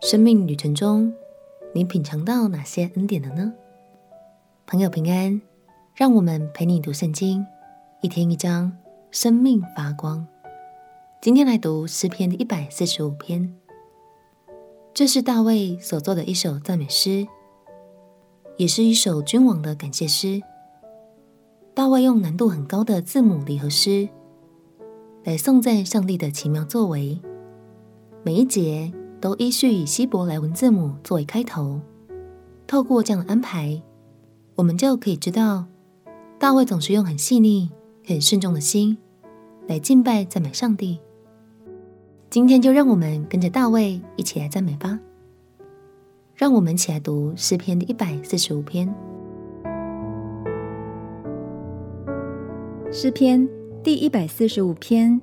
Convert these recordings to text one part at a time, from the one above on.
生命旅程中，你品尝到哪些恩典了呢？朋友平安，让我们陪你读圣经，一天一章，生命发光。今天来读诗篇的145篇，这是大卫所作的一首赞美诗，也是一首君王的感谢诗。大卫用难度很高的字母离合诗来颂赞上帝的奇妙作为，每一节都依序以希伯来文字母作为开头。透过这样的安排，我们就可以知道大卫总是用很细腻、很慎重的心来敬拜赞美上帝。今天就让我们跟着大卫一起来赞美吧。让我们一起来读诗篇的145篇。 诗篇第145篇。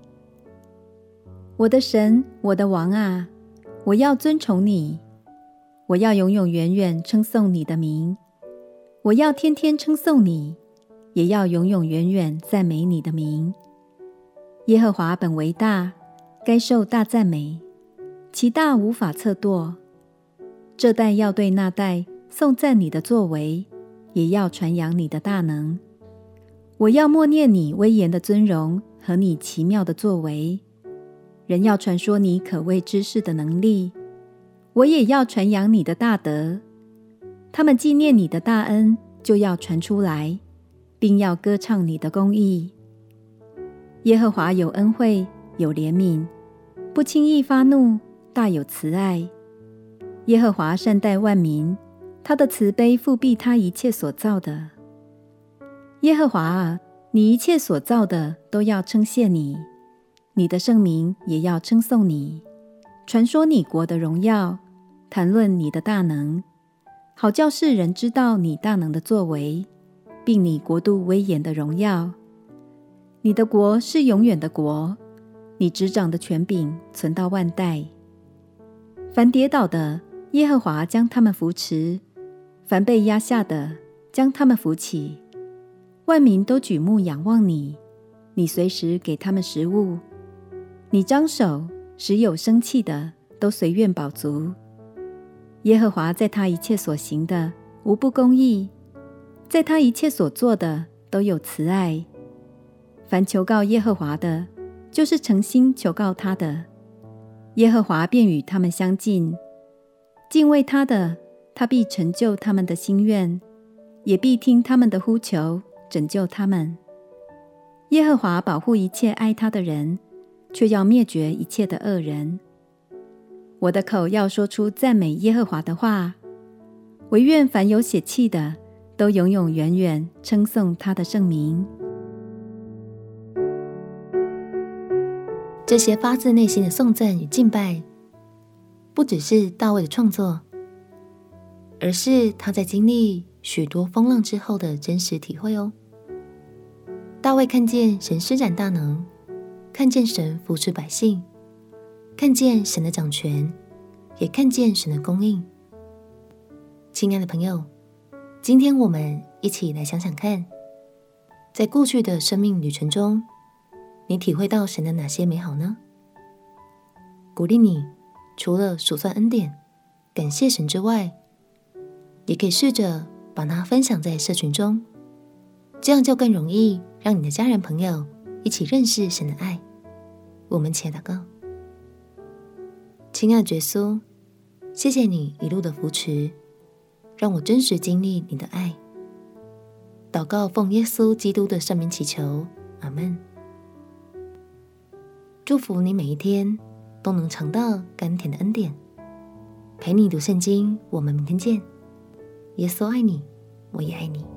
我的神，我的王啊，我要尊崇你，我要永永远远称颂你的名，我要天天称颂你，也要永永远远赞美你的名。耶和华本为大，该受大赞美，其大无法测度。这代要对那代颂赞你的作为，也要传扬你的大能。我要默念你威严的尊荣和你奇妙的作为，人要传说你可畏之事的能力，我也要传扬你的大德。他们纪念你的大恩，就要传出来，并要歌唱你的公义。耶和华有恩惠，有怜悯，不轻易发怒，大有慈爱。耶和华善待万民，他的慈悲覆庇他一切所造的。耶和华啊，你一切所造的都要称谢你，你的圣名也要称颂你，传说你国的荣耀，谈论你的大能，好叫世人知道你大能的作为，并你国度威严的荣耀。你的国是永远的国，你执掌的权柄存到万代。凡跌倒的，耶和华将他们扶持；凡被压下的，将他们扶起。万民都举目仰望你，你随时给他们食物。你张手，使有生气的都随愿饱足。耶和华在他一切所行的无不公义，在他一切所做的都有慈爱。凡求告耶和华的，就是诚心求告他的，耶和华便与他们相近。敬畏他的，他必成就他们的心愿，也必听他们的呼求，拯救他们。耶和华保护一切爱他的人，却要灭绝一切的恶人。我的口要说出赞美耶和华的话，惟愿凡有血气的，都永永远远称颂他的圣名。 这些发自内心的颂赞与敬拜，不只是大卫的创作，而是他在经历许多风浪之后的真实体会哦。大卫看见神施展大能，看见神扶持百姓，看见神的掌权，也看见神的供应。亲爱的朋友，今天我们一起来想想看，在过去的生命旅程中，你体会到神的哪些美好呢？鼓励你，除了数算恩典、感谢神之外，也可以试着把它分享在社群中，这样就更容易让你的家人朋友一起认识神的爱。我们一起来祷告。亲爱的耶稣，谢谢你一路的扶持，让我真实经历你的爱。祷告奉耶稣基督的圣名祈求，阿们。祝福你每一天都能尝到甘甜的恩典。陪你读圣经，我们明天见。耶稣爱你，我也爱你。